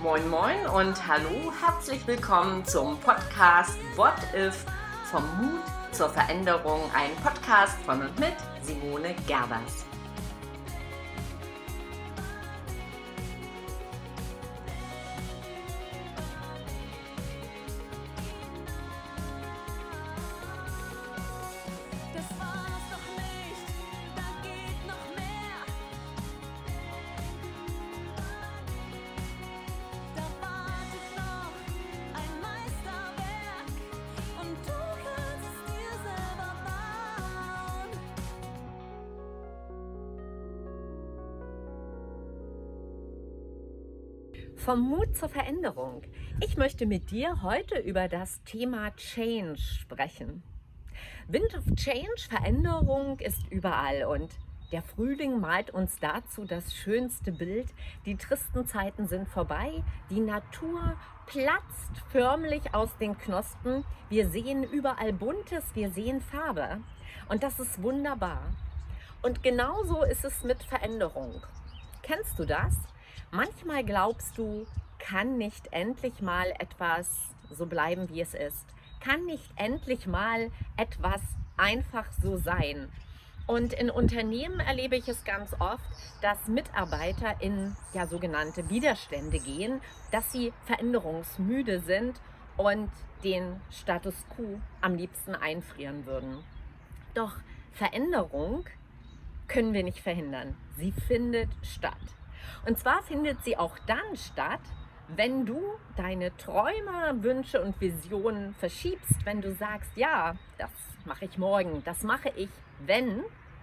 Moin Moin und hallo, herzlich willkommen zum Podcast What If? Vom Mut zur Veränderung, ein Podcast von und mit Simone Gerbers. Vom Mut zur Veränderung. Ich möchte mit dir heute über das Thema Change sprechen. Wind of Change, Veränderung ist überall und der Frühling malt uns dazu das schönste Bild. Die tristen Zeiten sind vorbei, die Natur platzt förmlich aus den Knospen. Wir sehen überall Buntes, wir sehen Farbe und das ist wunderbar. Und genauso ist es mit Veränderung. Kennst du das? Manchmal glaubst du, kann nicht endlich mal etwas so bleiben, wie es ist? Kann nicht endlich mal etwas einfach so sein? Und in Unternehmen erlebe ich es ganz oft, dass Mitarbeiter in sogenannte Widerstände gehen, dass sie veränderungsmüde sind und den Status quo am liebsten einfrieren würden. Doch Veränderung können wir nicht verhindern. Sie findet statt. Und zwar findet sie auch dann statt, wenn du deine Träume, Wünsche und Visionen verschiebst, wenn du sagst, ja, das mache ich morgen, das mache ich, wenn, ...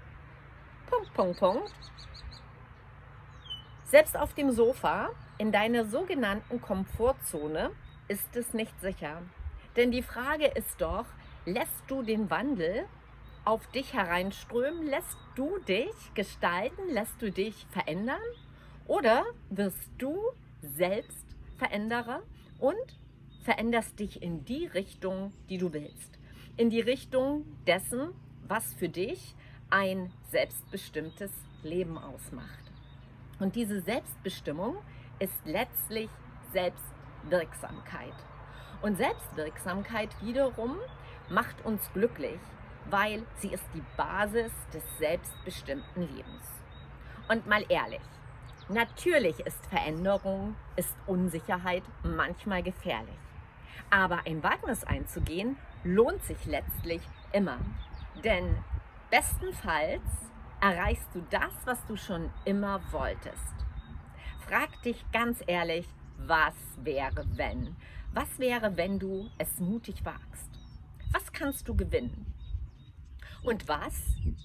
Selbst auf dem Sofa, in deiner sogenannten Komfortzone, ist es nicht sicher. Denn die Frage ist doch, lässt du den Wandel auf dich hereinströmen, lässt du dich gestalten, lässt du dich verändern? Oder wirst du selbst Veränderer und veränderst dich in die Richtung, die du willst. In die Richtung dessen, was für dich ein selbstbestimmtes Leben ausmacht. Und diese Selbstbestimmung ist letztlich Selbstwirksamkeit. Und Selbstwirksamkeit wiederum macht uns glücklich, weil sie ist die Basis des selbstbestimmten Lebens. Und mal ehrlich, natürlich ist Veränderung, ist Unsicherheit manchmal gefährlich. Aber ein Wagnis einzugehen, lohnt sich letztlich immer. Denn bestenfalls erreichst du das, was du schon immer wolltest. Frag dich ganz ehrlich, was wäre, wenn? Was wäre, wenn du es mutig wagst? Was kannst du gewinnen? Und was,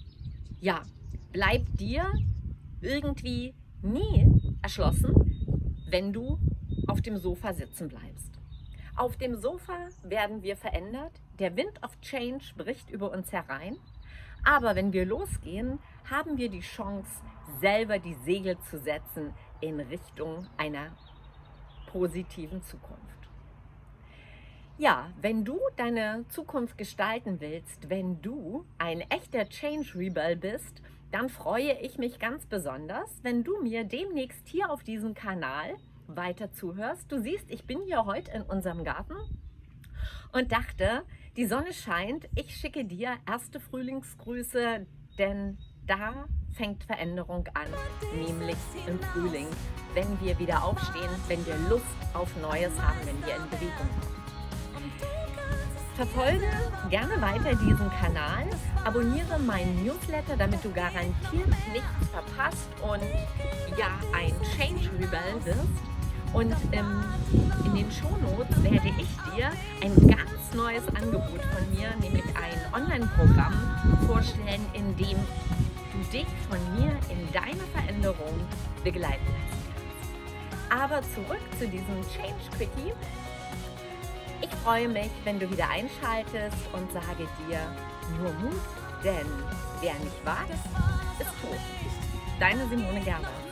bleibt dir irgendwie nie erschlossen, wenn du auf dem Sofa sitzen bleibst. Auf dem Sofa werden wir verändert, der Wind of Change bricht über uns herein, aber wenn wir losgehen, haben wir die Chance, selber die Segel zu setzen in Richtung einer positiven Zukunft. Ja, wenn du deine Zukunft gestalten willst, wenn du ein echter Change Rebel bist, dann freue ich mich ganz besonders, wenn du mir demnächst hier auf diesem Kanal weiter zuhörst. Du siehst, ich bin hier heute in unserem Garten und dachte, die Sonne scheint, ich schicke dir erste Frühlingsgrüße, denn da fängt Veränderung an, nämlich im Frühling, wenn wir wieder aufstehen, wenn wir Lust auf Neues haben, wenn wir in Bewegung kommen. Verfolge gerne weiter diesen Kanal, abonniere meinen Newsletter, damit du garantiert nichts verpasst und ein Change Rebel wirst. Und in den Shownotes werde ich dir ein ganz neues Angebot von mir, nämlich ein Online-Programm vorstellen, in dem du dich von mir in deiner Veränderung begleiten lassen kannst. Aber zurück zu diesem Change Quickie. Ich freue mich, wenn du wieder einschaltest und sage dir nur Mut, denn wer nicht wagt, ist tot. Deine Simone Gerber.